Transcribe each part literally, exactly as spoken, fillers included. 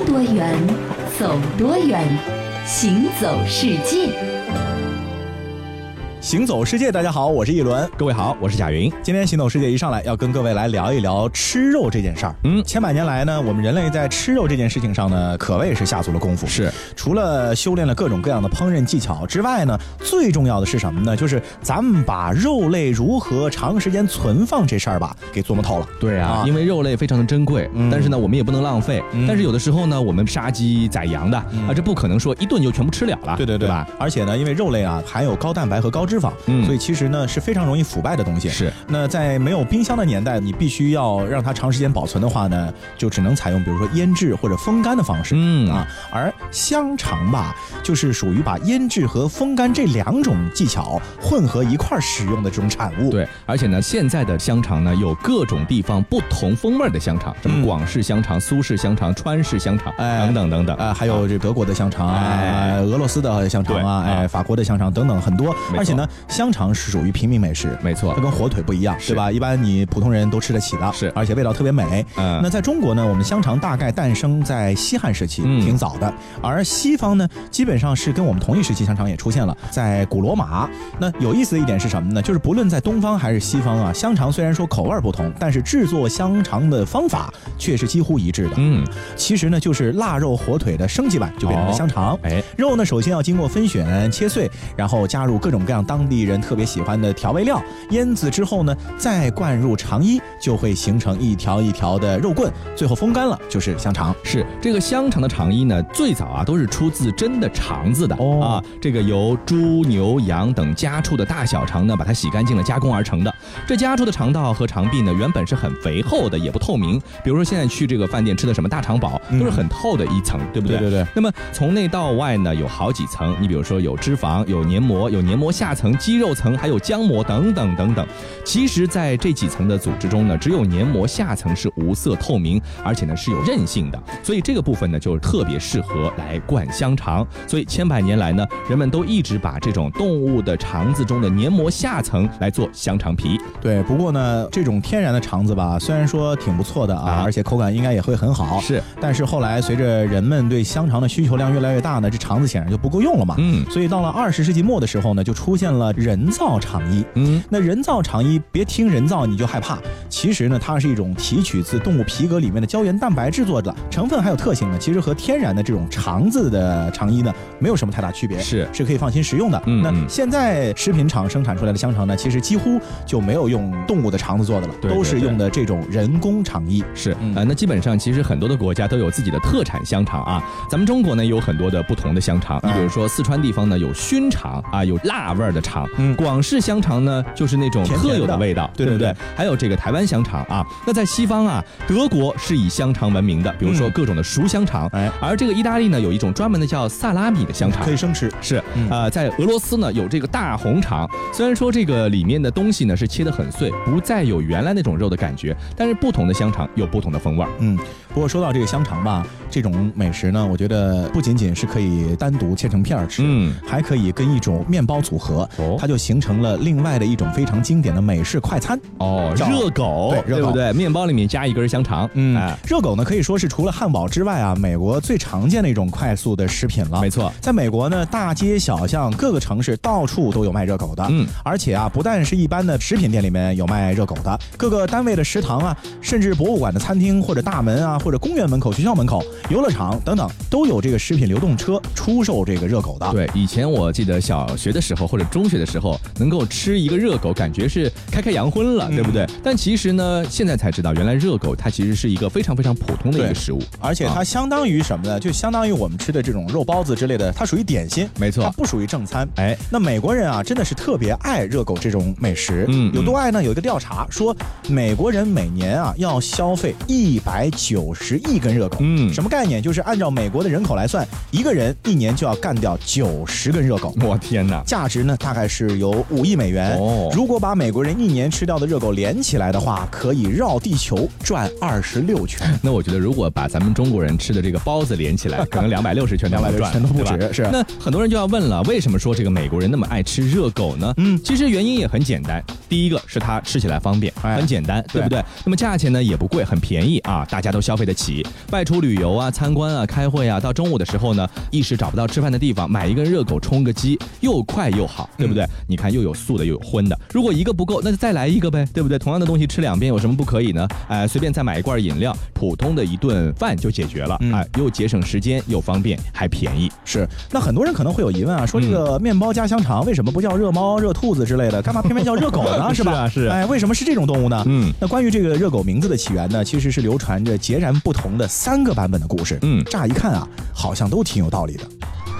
多远，走多远，行走世界。 行走世界，大家好，我是一轮。 各位好，我是贾云。 今天行走世界一上来要跟各位来聊一聊吃肉这件事儿。嗯，千百年来呢，我们人类在吃肉这件事情上呢，可谓是下足了功夫。 是， 除了修炼了各种各样的烹饪技巧之外呢，最重要的是什么呢？就是咱们把肉类如何长时间存放这事儿吧，给琢磨透了。 对啊，啊因为肉类非常的珍贵，嗯、但是呢，我们也不能浪费。嗯、但是有的时候呢，我们杀鸡宰羊的、嗯、啊，这不可能说一顿就全部吃了了。 对对对，对吧？而且呢，因为肉类啊含有高蛋白和高脂肪，嗯、所以其实呢是非常容易腐败的东西。 是。 那在没有冰箱的年代，你必须要让它长时间保存的话呢，就只能采用比如说腌制或者风干的方式。嗯啊，而香肠吧，就是属于把腌制和风干这两种技巧混合一块使用的这种产物。 对，而且呢，现在的香肠呢有各种地方不同风味的香肠，什么广式香肠、苏式香肠、川式香肠、哎、等等等等。 呃，还有这德国的香肠啊，哎、俄罗斯的香肠啊，哎，法国的香肠等等很多。而且呢，香肠是属于平民美食， 没错， 它跟火腿不一样，对吧？一般你普通人都吃得起的， 是， 而且味道特别美。嗯，那在中国呢，我们香肠大概诞生在西汉时期，嗯、挺早的。而西方呢，基本上是跟我们同一时期，香肠也出现了，在古罗马。那有意思的一点是什么呢？就是不论在东方还是西方啊，香肠虽然说口味不同，但是制作香肠的方法却是几乎一致的。嗯，其实呢，就是腊肉、火腿的升级版，就变成了香肠。哎、哦，肉呢，首先要经过分选、切碎，然后加入各种各样当地人特别喜欢的调味料，腌制之后呢，再灌入肠衣，就会形成一条一条的肉棍，最后风干了就是香肠。 是，这个香肠的肠衣呢，最早啊都是出自真的肠子的。哦啊，这个由猪、牛、羊等家畜的大小肠呢，把它洗干净了加工而成的。这家畜的肠道和肠壁呢，原本是很肥厚的，也不透明。比如说现在去这个饭店吃的什么大肠堡，都是很透的一层，嗯、对不对？ 对对对。 那么从内到外呢，有好几层。你比如说有脂肪、有黏膜、有黏膜下层、肌肉层，还有浆膜等等等等。其实，在这几层的组织中呢，只有黏膜下层是无色透明，而且呢是有韧性的，所以这个部分呢就特别适合来灌香肠。所以千百年来呢，人们都一直把这种动物的肠子中的黏膜下层来做香肠皮。 对，不过呢，这种天然的肠子吧，虽然说挺不错的啊，啊而且口感应该也会很好， 是。 但是后来随着人们对香肠的需求量越来越大呢，这肠子显然就不够用了嘛。嗯。所以到了二十世纪末的时候呢，就出现了人造肠衣。嗯。那人造肠衣，别听人造你就害怕，其实呢，它是一种提取自动物皮革里面的胶原蛋白制作的，成分还有特性呢，其实和天然的这种肠子的肠衣呢，没有什么太大区别， 是是可以放心食用的。嗯。那现在食品厂生产出来的香肠呢，其实几乎就没有用动物的肠子做的了，对对对，都是用的这种人工肠衣。 是，嗯、呃，那基本上其实很多的国家都有自己的特产香肠啊。咱们中国呢有很多的不同的香肠，你比如说四川地方呢有熏肠啊，有辣味的肠。嗯。广式香肠呢就是那种特有的味道， 甜甜的， 对不对？还有这个台湾香肠啊。那在西方啊，德国是以香肠闻名的，比如说各种的熟香肠。哎、嗯，而这个意大利呢有一种专门的叫萨拉米的香肠， 可以生吃。 是，嗯、呃，在俄罗斯呢有这个大红肠，虽然说这个里面的东西呢是切得很碎，不再有原来那种肉的感觉，但是不同的香肠有不同的风味。 嗯，不过说到这个香肠吧，这种美食呢，我觉得不仅仅是可以单独切成片吃，嗯，还可以跟一种面包组合，哦，它就形成了另外的一种非常经典的美式快餐。 哦，热狗， 对，热狗， 对不对？面包里面加一根香肠。 嗯，哎、热狗呢可以说是除了汉堡之外啊，美国最常见的一种快速的食品了。 没错， 在美国呢，大街小巷各个城市到处都有卖热狗的。嗯，而且啊，不但是一般的食品店里面有卖热狗的，各个单位的食堂啊，甚至博物馆的餐厅或者大门啊，或者公园门口、学校门口、游乐场等等，都有这个食品流动车出售这个热狗的。 对，以前我记得小学的时候或者中学的时候，能够吃一个热狗，感觉是开开洋荤了，嗯、对不对？但其实呢，现在才知道，原来热狗它其实是一个非常非常普通的一个食物， 而且它相当于什么呢？就相当于我们吃的这种肉包子之类的，它属于点心， 没错， 它不属于正餐。哎，那美国人啊，真的是特别爱热狗这种美食。嗯，有多爱呢？有一个调查说，美国人每年啊要消费一百九十亿根热狗。嗯，什么概念？就是按照美国的人口来算，一个人一年就要干掉九十根热狗。 我天哪！ 价值呢大概是有五亿美元。哦，如果把美国人一年吃掉的热狗连起来的话，可以绕地球转二十六圈。 那我觉得，如果把咱们中国人吃的这个包子连起来，可能两百六十圈都转， 全都不止。是。 那很多人就要问了，为什么说这个美国人那么爱吃热狗呢？嗯，其实原因也很简单。第一个是它吃起来方便，很简单，对不对？那么价钱呢也不贵，很便宜啊，大家都消费得起。外出旅游啊、参观啊、开会啊，到中午的时候呢，一时找不到吃饭的地方，买一根热狗充个饥，又快又好，对不对？嗯、你看又有素的又有荤的，如果一个不够，那就再来一个呗，对不对？同样的东西吃两遍有什么不可以呢？哎、呃，随便再买一罐饮料，普通的一顿饭就解决了，哎、嗯呃，又节省时间，又方便，还便宜。 是，那很多人可能会有疑问啊，说这个面包加香肠为什么不叫热猫、热兔子之类的，干嘛偏偏叫热狗呢？是吧？ 是啊，是。 哎，为什么是这种动物呢？嗯，那关于这个热狗名字的起源呢，其实是流传着截然不同的三个版本的故事。嗯，乍一看啊，好像都挺有道理的。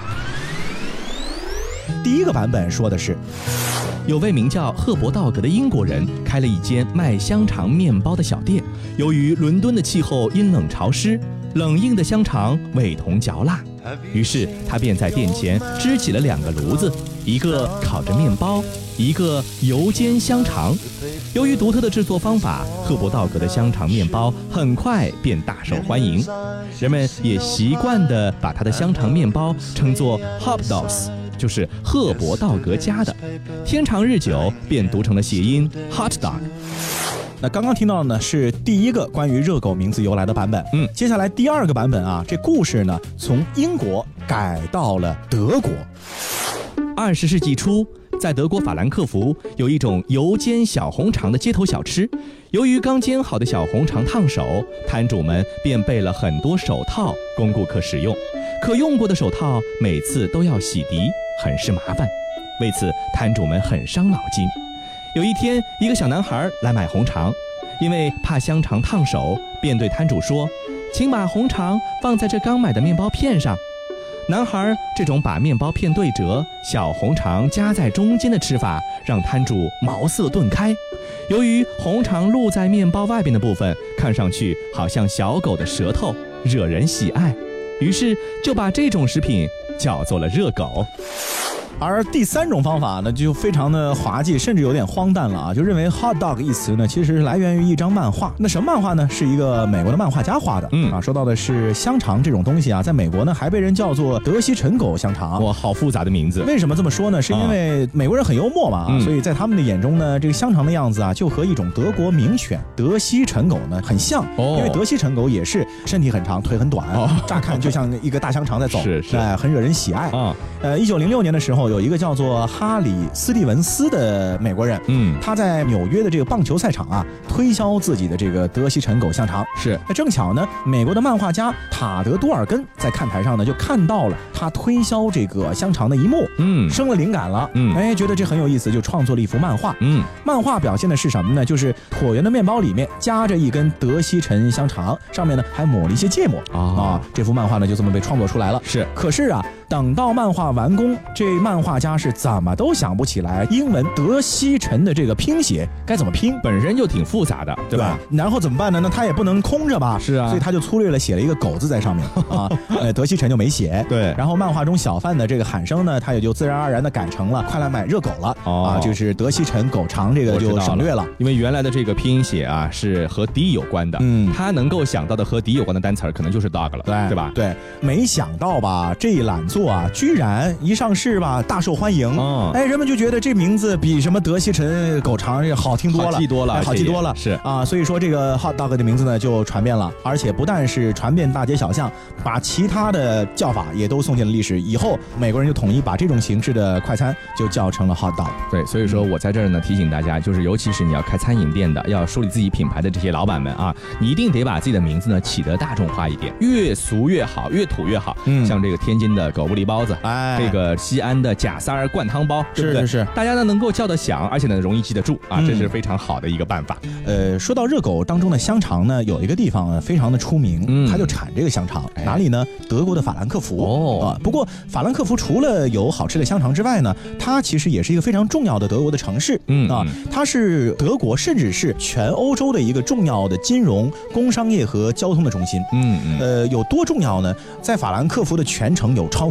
第一个版本说的是， 有位名叫赫伯道格的英国人开了一间卖香肠面包的小店。由于伦敦的气候阴冷潮湿，冷硬的香肠味同嚼蜡，于是他便在店前支起了两个炉子，一个烤着面包，一个油煎香肠。由于独特的制作方法，赫伯道格的香肠面包很快便大受欢迎，人们也习惯地把他的香肠面包称作 Hot Dogs， 就是赫伯道格家的，天长日久便读成了谐音 Hot Dog。 那刚刚听到的呢是第一个关于热狗名字由来的版本，嗯，接下来第二个版本啊，这故事呢从英国改到了德国。 二十世纪初，在德国法兰克福有一种油煎小红肠的街头小吃，由于刚煎好的小红肠烫手，摊主们便备了很多手套供顾客使用。可用过的手套每次都要洗涤，很是麻烦，为此摊主们很伤脑筋。有一天，一个小男孩来买红肠，因为怕香肠烫手，便对摊主说：“请把红肠放在这刚买的面包片上。”男孩这种把面包片对折，小红肠夹在中间的吃法，让摊主茅塞顿开。由于红肠露在面包外边的部分，看上去好像小狗的舌头，惹人喜爱，于是就把这种食品叫做了热狗。 而第三种方法呢，就非常的滑稽，甚至有点荒诞了啊！就认为 hot dog 一词呢，其实来源于一张漫画。那什么漫画呢？是一个美国的漫画家画的。嗯啊，说到的是香肠这种东西啊，在美国呢还被人叫做德西陈狗香肠。 哇，好复杂的名字。 为什么这么说呢？是因为美国人很幽默嘛，啊、所以在他们的眼中呢，这个香肠的样子啊，就和一种德国名犬德西陈狗呢很像。哦，因为德西陈狗也是身体很长，腿很短，哦、乍看就像一个大香肠在走， 是是， 哎，很惹人喜爱。啊，呃，一九零六年的时候，有一个叫做哈里斯蒂文斯的美国人，嗯，他在纽约的这个棒球赛场啊，推销自己的这个德西陈狗香肠。 是， 那正巧呢，美国的漫画家塔德多尔根在看台上呢，就看到了他推销这个香肠的一幕，嗯，生了灵感了，嗯，哎，觉得这很有意思，就创作了一幅漫画。嗯，漫画表现的是什么呢？就是椭圆的面包里面夹着一根德西陈香肠，上面呢还抹了一些芥末啊、哦。这幅漫画呢就这么被创作出来了。 是， 可是啊，等到漫画完工，这漫画家是怎么都想不起来英文德西陈的这个拼写该怎么拼， 本身就挺复杂的，对吧？ 对，然后怎么办呢？那他也不能空着吧？ 是啊， 所以他就粗略了写了一个狗字在上面啊，呃，德西陈就没写。 对， 然后漫画中小贩的这个喊声呢，他也就自然而然的改成了快来买热狗了、哦、啊，就是德西陈狗肠这个就省略了， 因为原来的这个拼音写啊是和迪有关的，嗯，他能够想到的和迪有关的单词可能就是 dog 了， 对对吧？ 对，没想到吧，这一懒作啊，居然一上市吧大受欢迎，嗯，哎，人们就觉得这名字比什么德西陈狗肠好听多了， 好记多了， 哎、好记多了， 是啊，所以说这个 hot dog 的名字呢就传遍了，而且不但是传遍大街小巷，把其他的叫法也都送进了历史。以后美国人就统一把这种形式的快餐就叫成了 hot dog。 对，所以说我在这儿呢提醒大家，就是尤其是你要开餐饮店的，要树立自己品牌的这些老板们啊，你一定得把自己的名字呢起得大众化一点，越俗越好，越土越好。嗯，像这个天津的狗不理包子，哎，这个西安的贾三儿灌汤包，对不对？ 是是是， 大家呢能够叫得响，而且呢容易记得住啊，这是非常好的一个办法。 呃，说到热狗当中的香肠呢，有一个地方呢非常的出名，嗯，它就产这个香肠，哪里呢？德国的法兰克福。哦啊，不过法兰克福除了有好吃的香肠之外呢，它其实也是一个非常重要的德国的城市，嗯啊，它是德国甚至是全欧洲的一个重要的金融、工商业和交通的中心。嗯嗯，呃，有多重要呢？在法兰克福的全城有超过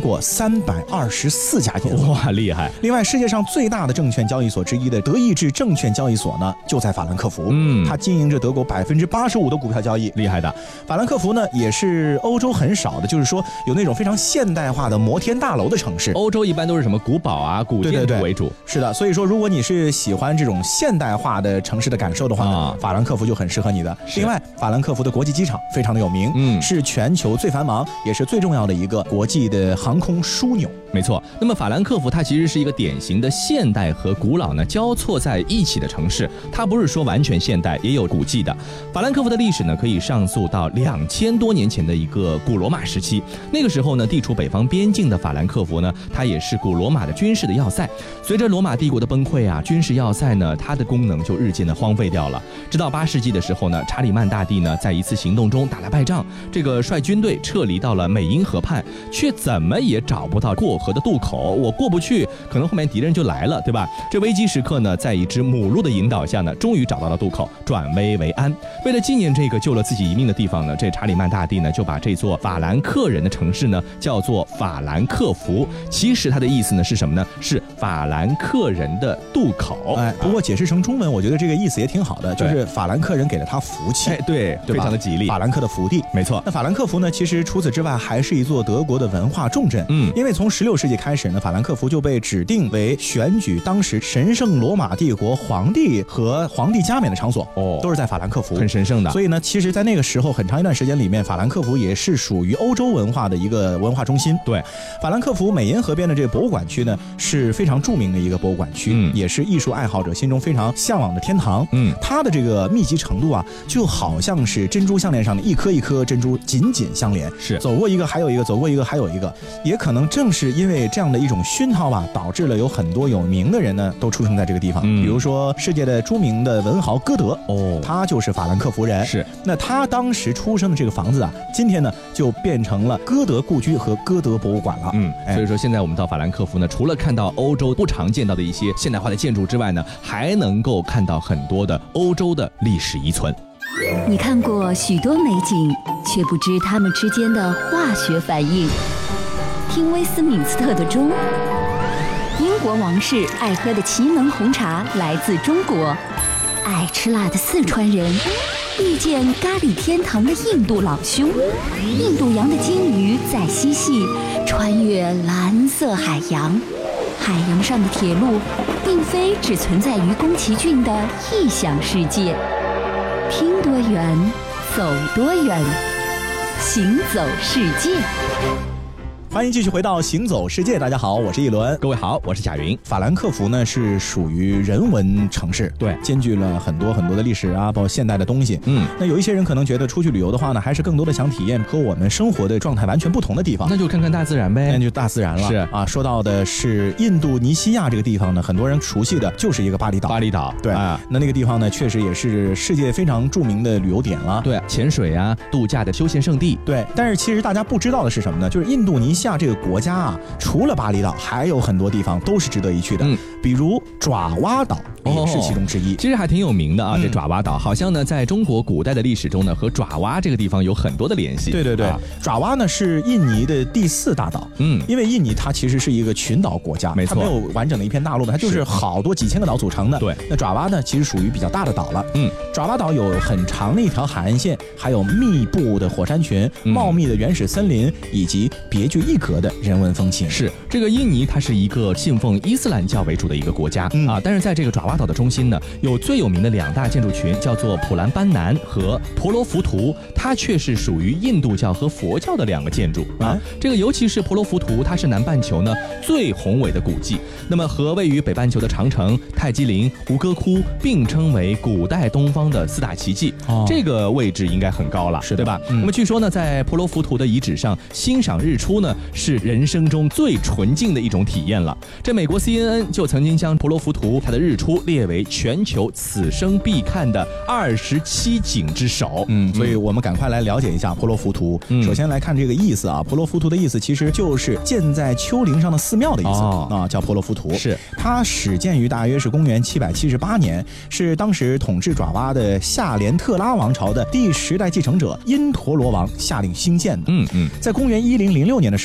过三百二十四家银行。 哇，厉害！ 另外，世界上最大的证券交易所之一的德意志证券交易所呢，就在法兰克福。 嗯， 它经营着德国百分之八十五的股票交易， 厉害的。 法兰克福呢，也是欧洲很少的，就是说有那种非常现代化的摩天大楼的城市。 欧洲一般都是什么古堡啊、古建筑为主。对对对， 是的，所以说如果你是喜欢这种现代化的城市的感受的话呢，啊、法兰克福就很适合你的。另外，法兰克福的国际机场非常的有名，嗯，是全球最繁忙也是最重要的一个国际的航空枢纽。 没错，那么法兰克福它其实是一个典型的现代和古老呢交错在一起的城市，它不是说完全现代，也有古迹的。法兰克福的历史呢可以上溯到两千多年前的一个古罗马时期，那个时候呢地处北方边境的法兰克福呢，它也是古罗马的军事的要塞。随着罗马帝国的崩溃啊，军事要塞呢它的功能就日渐的荒废掉了。直到八世纪的时候呢，查理曼大帝呢在一次行动中打了败仗，这个率军队撤离到了美因河畔，却怎么也找不到过河的渡口，我过不去，可能后面敌人就来了，对吧？这危机时刻呢，在一只母鹿的引导下呢，终于找到了渡口，转危为安。为了纪念这个救了自己一命的地方呢，这查理曼大帝呢就把这座法兰克人的城市呢叫做法兰克福。其实它的意思呢是什么呢？是法兰克人的渡口。 哎，不过解释成中文，我觉得这个意思也挺好的，就是法兰克人给了他福气。 哎，对，对，非常的吉利。 法兰克的福地， 没错。 那法兰克福呢，其实除此之外还是一座德国的文化重镇。嗯，因为从十六世纪开始呢，法兰克福就被指定为选举当时神圣罗马帝国皇帝和皇帝加冕的场所。哦，都是在法兰克福， 很神圣的。 所以呢，其实在那个时候很长一段时间里面，法兰克福也是属于欧洲文化的一个文化中心。 对， 法兰克福美因河边的这个博物馆区呢，是非常著名的一个博物馆区，嗯，也是艺术爱好者心中非常向往的天堂。嗯，它的这个密集程度啊，就好像是珍珠项链上的一颗一颗珍珠紧紧相连， 是走过一个还有一个，走过一个还有一个。也可能正是因为这样的一种熏陶吧，导致了有很多有名的人呢都出生在这个地方。嗯，比如说世界的著名的文豪歌德，哦，他就是法兰克福人。 是， 那他当时出生的这个房子啊，今天呢就变成了歌德故居和歌德博物馆了。 嗯，所以说现在我们到法兰克福呢，除了看到欧洲不常见到的一些现代化的建筑之外呢，还能够看到很多的欧洲的历史遗存。 你看过许多美景，却不知它们之间的化学反应。听威斯敏斯特的钟，英国王室爱喝的奇能红茶来自中国，爱吃辣的四川人遇见咖喱天堂的印度老兄，印度洋的鲸鱼在嬉戏，穿越蓝色海洋。海洋上的铁路并非只存在于宫崎骏的异想世界。听多远，走多远，行走世界。 欢迎继续回到行走世界，大家好，我是一轮。 各位好，我是贾云。 法兰克福呢是属于人文城市， 对， 兼具了很多很多的历史啊，包括现代的东西。嗯，那有一些人可能觉得出去旅游的话呢，还是更多的想体验和我们生活的状态完全不同的地方， 那就看看大自然呗。 那就大自然了。 是啊，说到的是印度尼西亚这个地方呢，很多人熟悉的就是一个巴厘岛。 巴厘岛， 对啊，那那个地方呢，确实也是世界非常著名的旅游点了。 对，潜水啊，度假的休闲胜地。 对，但是其实大家不知道的是什么呢？就是印度尼西亚这个国家啊，除了巴厘岛，还有很多地方都是值得一去的。嗯，比如爪哇岛也是其中之一。 哦，其实还挺有名的啊，嗯，这爪哇岛好像呢，在中国古代的历史中呢，和爪哇这个地方有很多的联系。 对对对，啊，爪哇呢是印尼的第四大岛。嗯，因为印尼它其实是一个群岛国家， 没错， 它没有完整的一片大陆的，它就是好多几千个岛组成的。 对， 那爪哇呢，其实属于比较大的岛了。嗯，爪哇岛有很长的一条海岸线，还有密布的火山群、嗯、茂密的原始森林，以及别具一格的人文风情。 是，这个印尼它是一个信奉伊斯兰教为主的一个国家，嗯，啊，但是在这个爪哇岛的中心呢，有最有名的两大建筑群，叫做普兰班南和婆罗浮屠，它却是属于印度教和佛教的两个建筑啊。这个尤其是婆罗浮屠，它是南半球呢最宏伟的古迹，那么和位于北半球的长城、泰姬陵、吴哥窟并称为古代东方的四大奇迹，哦，这个位置应该很高了， 是对吧？嗯，那么据说呢，在婆罗浮屠的遗址上欣赏日出呢，是人生中最纯净的一种体验了。这美国 C N N 就曾经将婆罗浮屠它的日出列为全球此生必看的二十七景之首。 嗯，所以我们赶快来了解一下婆罗浮屠。嗯，首先来看这个意思啊，婆罗浮屠的意思其实就是建在丘陵上的寺庙的意思，哦，啊，叫婆罗浮屠。 是， 它始建于大约是公元七百七十八年，是当时统治爪哇的夏连特拉王朝的第十代继承者因陀罗王下令兴建的。嗯嗯，在公元一零零六年的时候。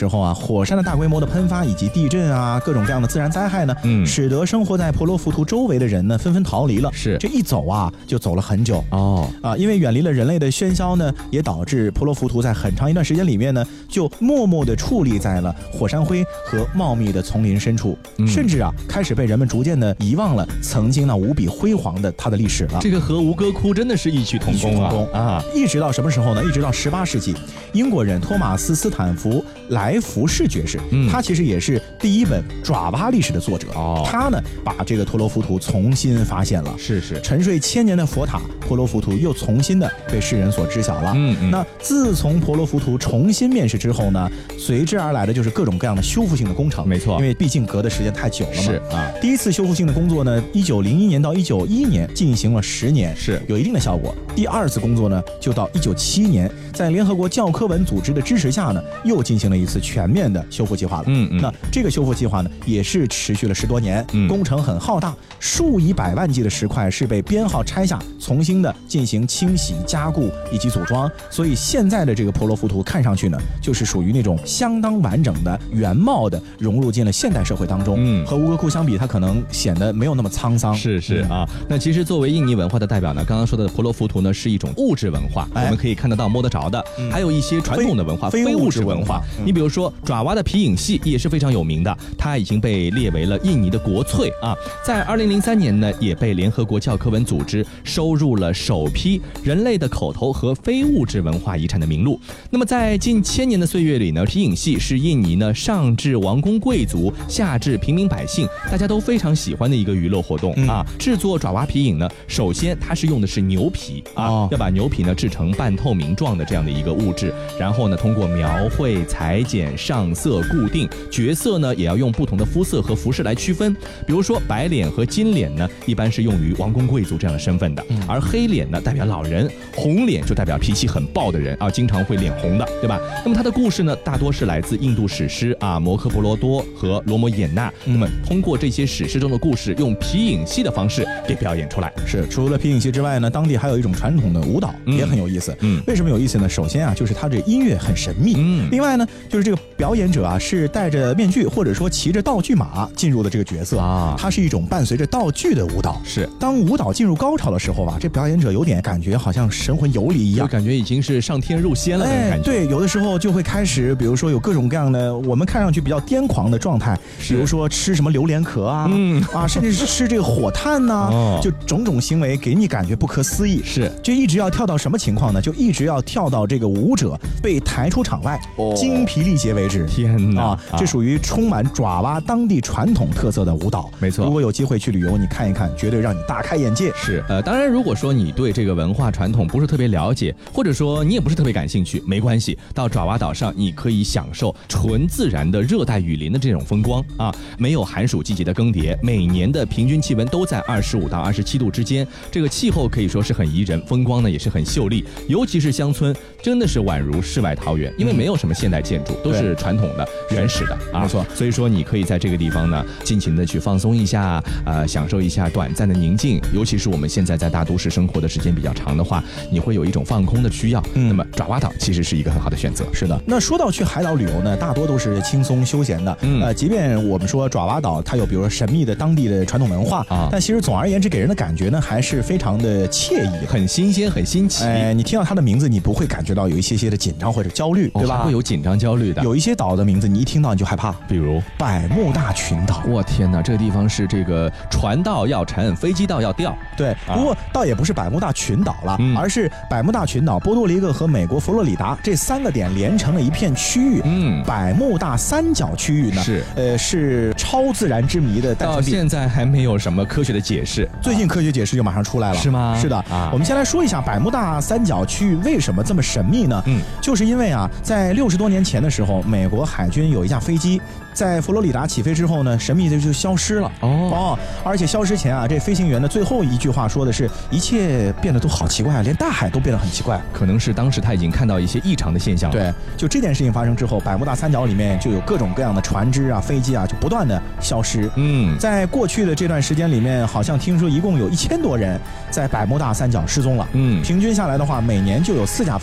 时候啊，火山的大规模的喷发以及地震啊，各种各样的自然灾害呢，嗯，使得生活在婆罗浮屠周围的人呢纷纷逃离了。 是， 这一走啊，就走了很久哦啊，因为远离了人类的喧嚣呢，也导致婆罗浮屠在很长一段时间里面呢，就默默地矗立在了火山灰和茂密的丛林深处，嗯、甚至啊，开始被人们逐渐的遗忘了曾经那无比辉煌的它的历史了。 这个和吴哥窟真的是异曲同工啊！ 同工啊！一直到什么时候呢？一直到十八世纪，英国人托马斯·斯坦福莱福士爵士，嗯、他其实也是第一本爪哇历史的作者。哦，他呢把这个婆罗浮屠重新发现了。 是是， 沉睡千年的佛塔婆罗浮屠又重新的被世人所知晓了。嗯嗯。那自从婆罗浮屠重新面世之后呢，随之而来的就是各种各样的修复性的工程。 没错， 因为毕竟隔的时间太久了嘛。 是啊。 第一次修复性的工作呢，一九零一年到一九一一年进行了十年， 是有一定的效果。第二次工作呢，就到一九七一年，在联合国教科文组织的支持下呢，又进行了一次全面的修复计划了。嗯嗯。那这个修复计划呢，也是持续了十多年，嗯、工程很浩大，数以百万计的石块是被编号拆下，重新的进行清洗、加固以及组装。所以现在的这个婆罗浮屠看上去呢，就是属于那种相当完整的、原貌的融入进了现代社会当中。嗯，和吴哥窟相比，它可能显得没有那么沧桑。 是是、嗯、啊，那其实作为印尼文化的代表呢，刚刚说的婆罗浮屠呢是一种物质文化，哎、我们可以看得到、摸得着的，嗯、还有一些传统的文化，非, 非物质文化。嗯、你比如说爪哇的皮影戏也是非常有名的，它已经被列为了印尼的国粹啊，在二零零三年呢，也被联合国教科文组织收入了首批人类的口头和非物质文化遗产的名录。那么在近千年的岁月里呢，皮影戏是印尼呢上至王公贵族，下至平民百姓，大家都非常喜欢的一个娱乐活动、嗯、啊。制作爪哇皮影呢，首先它是用的是牛皮啊，哦、要把牛皮呢制成半透明状的这样的一个物质，然后呢通过描绘、裁剪、上色、固定，角色呢也要用不同的肤色和服饰来区分。比如说白脸和金脸呢，一般是用于王公贵族这样的身份的，嗯、而黑脸呢代表老人，红脸就代表脾气很暴的人啊，经常会脸红的，对吧？那么它的故事呢，大多是来自印度史诗啊《摩诃婆罗多》和《罗摩衍那》，嗯、那么通过这些史诗中的故事，用皮影戏的方式给表演出来。 是，除了皮影戏之外呢，当地还有一种传统的舞蹈、嗯、也很有意思。嗯，为什么有意思呢？首先啊，就是它这音乐很神秘。嗯，另外呢，就是这个表演者啊是戴着面具或者说骑着道具马进入的这个角色啊，它是一种伴随着道具的舞蹈。 是， 当舞蹈进入高潮的时候啊，这表演者有点感觉好像神魂游离一样， 就感觉已经是上天入仙了的感觉。哎， 对，有的时候就会开始，比如说有各种各样的我们看上去比较癫狂的状态，比如说吃什么榴莲壳啊，嗯啊，甚至是吃这个火炭呐、啊哦，就种种行为给你感觉不可思议。 是， 就一直要跳到什么情况呢？就一直要跳到这个舞者被抬出场外，哦、精疲力竭为止。 天哪， 啊，这属于充满爪哇当地传统特色的舞蹈。 没错， 如果有机会去旅游，你看一看，绝对让你大开眼界。 是，呃，当然，如果说你对这个文化传统不是特别了解，或者说你也不是特别感兴趣，没关系，到爪哇岛上你可以享受纯自然的热带雨林的这种风光啊，没有寒暑季节的更迭，每年的平均气温都在二十五到二十七度之间，这个气候可以说是很宜人，风光呢也是很秀丽，尤其是乡村，真的是宛如世外桃源，因为没有什么现代建筑，都是传统的、原始的啊， 没错。 所以说你可以在这个地方呢，尽情的去放松一下，呃，享受一下短暂的宁静，尤其是我们现在在大都市生活的时间比较长的话，你会有一种放空的需要。嗯，那么爪哇岛其实是一个很好的选择。 是的，那说到去海岛旅游呢，大多都是轻松休闲的。嗯，呃，即便我们说爪哇岛它有比如说神秘的当地的传统文化啊，但其实总而言之给人的感觉呢，还是非常的惬意， 很新鲜，很新奇。 哎，你听到它的名字，你不会感觉到有一些些的紧张或者焦虑，对吧？ 哦、会有紧张焦虑的。 有一些岛的名字，你一听到你就害怕， 比如百慕大群岛。 我天哪，这个地方是这个船到要沉，飞机到要掉。 对，啊、不过倒也不是百慕大群岛了，嗯、而是百慕大群岛、波多黎各和美国佛罗里达这三个点连成了一片区域。嗯，百慕大三角区域呢，是呃是超自然之谜的诞生地。 到现在还没有什么科学的解释， 最近科学解释就马上出来了， 是吗？ 是的啊。我们先来说一下百慕大三角区域为什么这么神秘呢？嗯，就是因为啊，在六十多年前的时候，美国海军有一架飞机在佛罗里达起飞之后呢，神秘的就消失了。哦哦，而且消失前啊，这飞行员的最后一句话说的是，一切变得都好奇怪，连大海都变得很奇怪。 可能是当时他已经看到一些异常的现象了。 对，就这件事情发生之后，百慕大三角里面就有各种各样的船只啊、飞机啊，就不断的消失。嗯，在过去的这段时间里面，好像听说一共有一千多人在百慕大三角失踪了。嗯，平均下来的话，每年就有四架飞机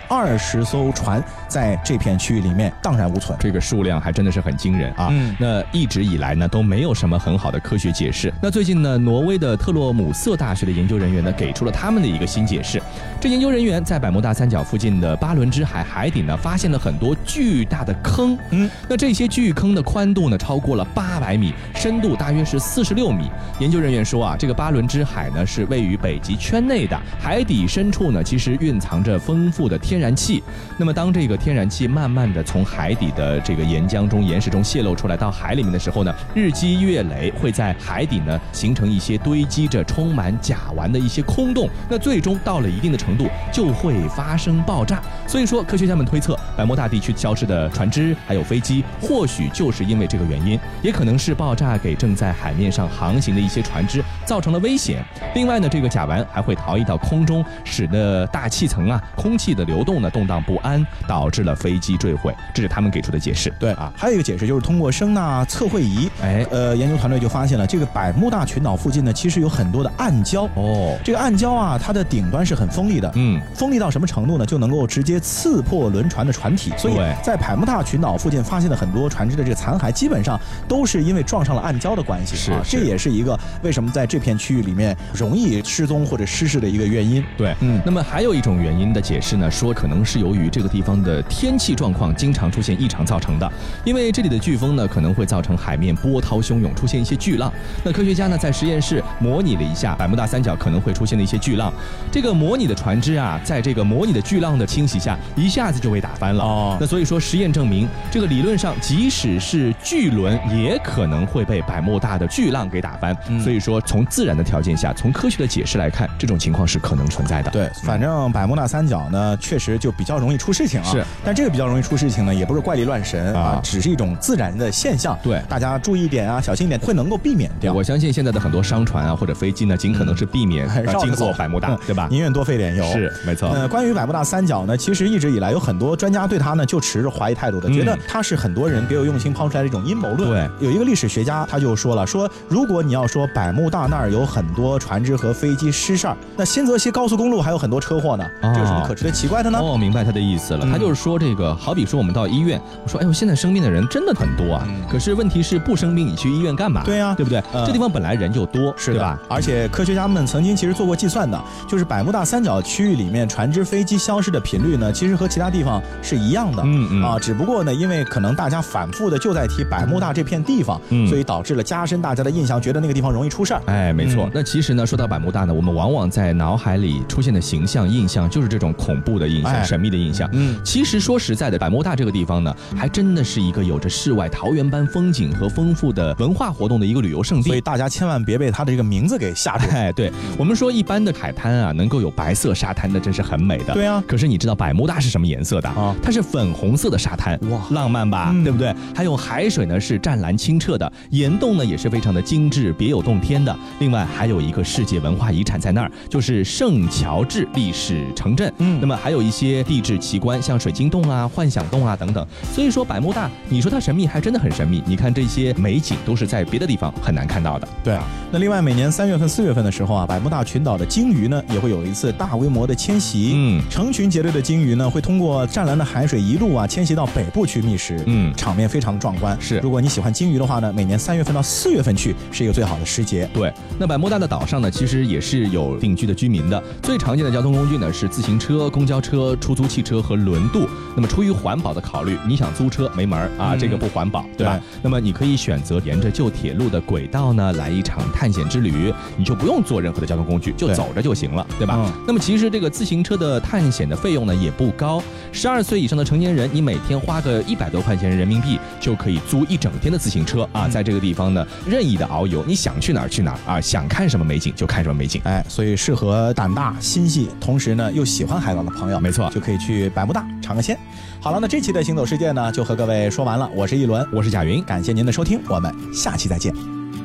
二十艘船在这片区域里面荡然无存。 这个数量还真的是很惊人啊！嗯，那一直以来呢都没有什么很好的科学解释。那最近呢，挪威的特洛姆瑟大学的研究人员呢给出了他们的一个新解释。这研究人员在百慕大三角附近的巴伦支海海底呢发现了很多巨大的坑。嗯，那这些巨坑的宽度呢超过了八百米，深度大约是四十六米。研究人员说啊，这个巴伦支海呢是位于北极圈内的，海底深处呢其实蕴藏着丰富的天然气。那么当这个天然气慢慢的从海底的这个岩浆中、岩石中泄露出来到海里面的时候呢，日积月累会在海底呢形成一些堆积着充满甲烷的一些空洞，那最终到了一定的程度就会发生爆炸。所以说科学家们推测，百慕大地区消失的船只还有飞机或许就是因为这个原因，也可能是爆炸给正在海面上航行的一些船只造成了危险。另外呢，这个甲烷还会逃逸到空中，使得大气层啊空气的流动呢动荡不安，导致了飞机坠毁。这是他们给出的解释。 对啊，还有一个解释就是通过声呐测绘仪，哎，呃，研究团队就发现了这个百慕大群岛附近呢，其实有很多的暗礁。哦，这个暗礁啊，它的顶端是很锋利的，嗯，锋利到什么程度呢？就能够直接刺破轮船的船体。所以在百慕大群岛附近发现的很多船只的这个残骸，基本上都是因为撞上了暗礁的关系。 是啊，这也是一个为什么在这片区域里面容易失踪或者失事的一个原因。 对，嗯，那么还有一种原因的解释呢，说可能是由于这个地方的天气状况经常出现异常造成的，因为这里的飓风呢可能会造成海面波涛汹涌，出现一些巨浪。那科学家呢在实验室模拟了一下百慕大三角可能会出现的一些巨浪，这个模拟的船只啊，在这个模拟的巨浪的侵袭下，一下子就被打翻了。哦，那所以说实验证明，这个理论上即使是巨轮也可能会被百慕大的巨浪给打翻。嗯，所以说从自然的条件下，从科学的解释来看，这种情况是可能存在的。 对，反正百慕大三角呢确实就比较容易出事情啊。是，但这个比较容易出事情呢，也不是怪力乱神啊，只是一种自然的现象。对，大家注意一点啊，小心一点，会能够避免掉。 我相信现在的很多商船啊或者飞机呢，尽可能是避免、嗯呃、经过百慕大，嗯、对吧？ 宁愿多费点油。 是，没错。 呃，关于百慕大三角呢，其实一直以来有很多专家对它呢就持着怀疑态度的，嗯、觉得它是很多人别有用心抛出来的一种阴谋论。对，有一个历史学家他就说了，说如果你要说百慕大那儿有很多船只和飞机失事儿，那新泽西高速公路还有很多车祸呢，哦、这有什么可值得奇怪的呢？ 哦，明白他的意思了。嗯、他就是说这个，好比说我们到医院，我说哎呦，现在生病的人真的很多啊，嗯、可是问题是不生病你去医院干嘛？ 对呀、啊， 对不对？嗯、这地方本来人就多， 是对吧？ 而且科学家们曾经其实做过计算的，就是百慕大三角区域里面船只、飞机消失的频率呢，其实和其他地方是一样的。嗯嗯啊，只不过呢，因为可能大家反复的就在提百慕大这片地方，嗯、所以导致了加深大家的印象，觉得那个地方容易出事儿。 哎，没错。嗯、那其实呢，说到百慕大呢，我们往往在脑海里出现的形象、印象就是这种恐怖的印象、哎、神秘的印象。嗯，其实说实在的，百慕大这个地方呢，还真的是一个有着世外桃源般风景和丰富的文化活动的一个旅游胜地。 所以大家千万别被它的这个名字给吓住。 哎，对，我们说一般的海滩啊，能够有白色沙滩，那真是很美的。 对啊， 可是你知道百慕大是什么颜色的啊？它是粉红色的沙滩，哇，浪漫吧，嗯、对不对？还有海水呢是湛蓝清澈的，岩洞呢也是非常的精致，别有洞天的。另外还有一个世界文化遗产在那儿，就是圣乔治历史城镇。嗯，那么还有一些地质奇观，像水晶洞啊、幻想洞啊等等。所以说百慕大，你说它神秘，还真的很神秘。你看这些美景都是在别的地方很难看到的。 对啊，那另外每年三月份、四月份的时候啊，百慕大群岛的鲸鱼呢也会有一次大规模的迁徙。嗯，成群结队的鲸鱼呢会通过湛蓝的海水一路啊迁徙到北部去觅食。嗯，场面非常壮观。是，如果你喜欢鲸鱼的话呢，每年三月份到四月份去是一个最好的时节。 对，那百慕大的岛上呢，其实也是有定居的居民的。最常见的交通工具呢是自行车、公交车、出租汽车和轮渡。那么出于环保的考虑，你想租车没门啊，嗯、这个不环保，对吧？对，那么你可以选择沿着旧铁路的轨道呢来一场探险之旅，你就不用坐任何的交通工具，就走着就行了， 对, 对吧？嗯、那么其实这个自行车的探险的费用呢也不高，十二岁以上的成年人，你每天花个一百多块钱人民币就可以租一整天的自行车啊，嗯、在这个地方呢任意的遨游，你想去哪儿去哪儿啊，想看什么美景就看什么美景。 哎，所以适合胆大心细，同时呢又喜欢海岛的朋友， 没错， 就可以去百慕大尝个鲜。好了，那这期的行走世界呢就和各位说完了，我是一轮， 我是贾云， 感谢您的收听，我们下期再见。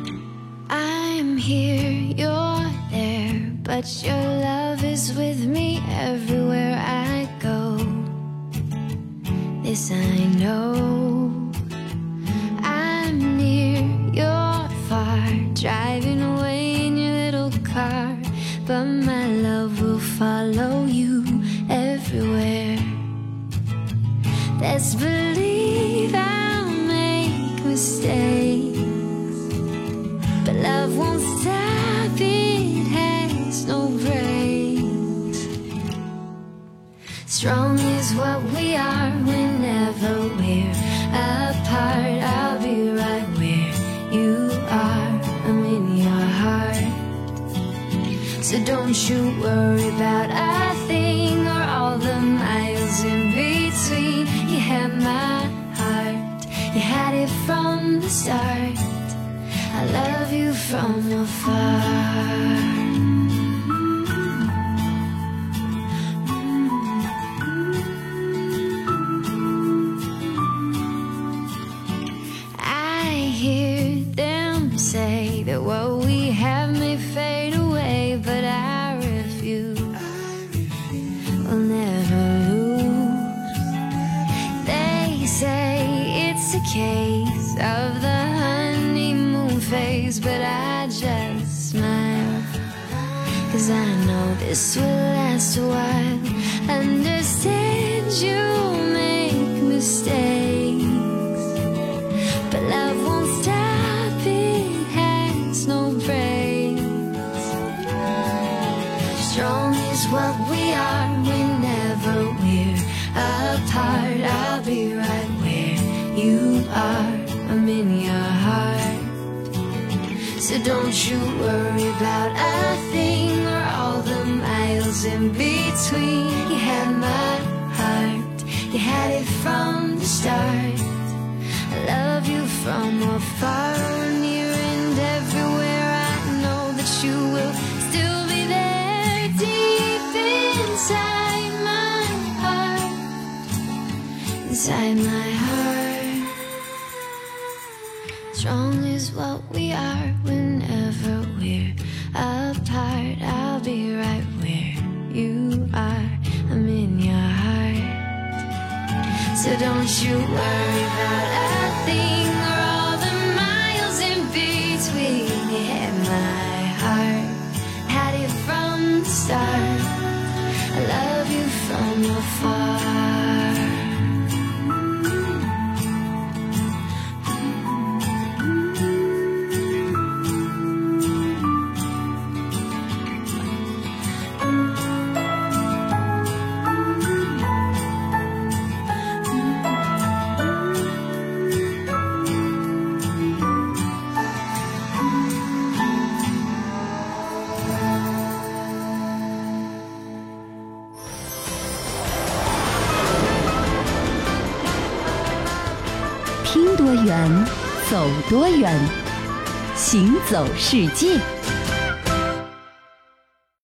I'm here, you're there, but your love is with me everywhere I go. This I know. I'm near, you're far, driving away in your little car, but my love will follow you everywhere. Let's believe I'll make mistakes, but love won't stop, it has no brakes. Strong is what we are whenever we're apart. I'll be right where you are, I'm in your heart. So don't you worry about a thing or all the miles in between. You had my heart, you had it from the start. I love you from afar. Say that what we have may fade away, but I refuse, we'll never lose. They say it's a case of the honeymoon phase, but I just smile, cause I know this will last a while. Understand you make mistakes, but love won't stop, no brakes. Strong is what we are whenever we're apart. I'll be right where you are, I'm in your heart. So don't you worry about a thing or all the miles in between. You had my heart, you had it from the start. I love you from afar, near and everywhere. I know that you will still be there, deep inside my heart, inside my heart. Strong is what we are whenever we're apart. I'll be right where you are, I'm in your heart. So don't you worry about a thing or all the miles in between. You had my heart, had it from the start. I love you from afar. 听多远，走多远，行走世界。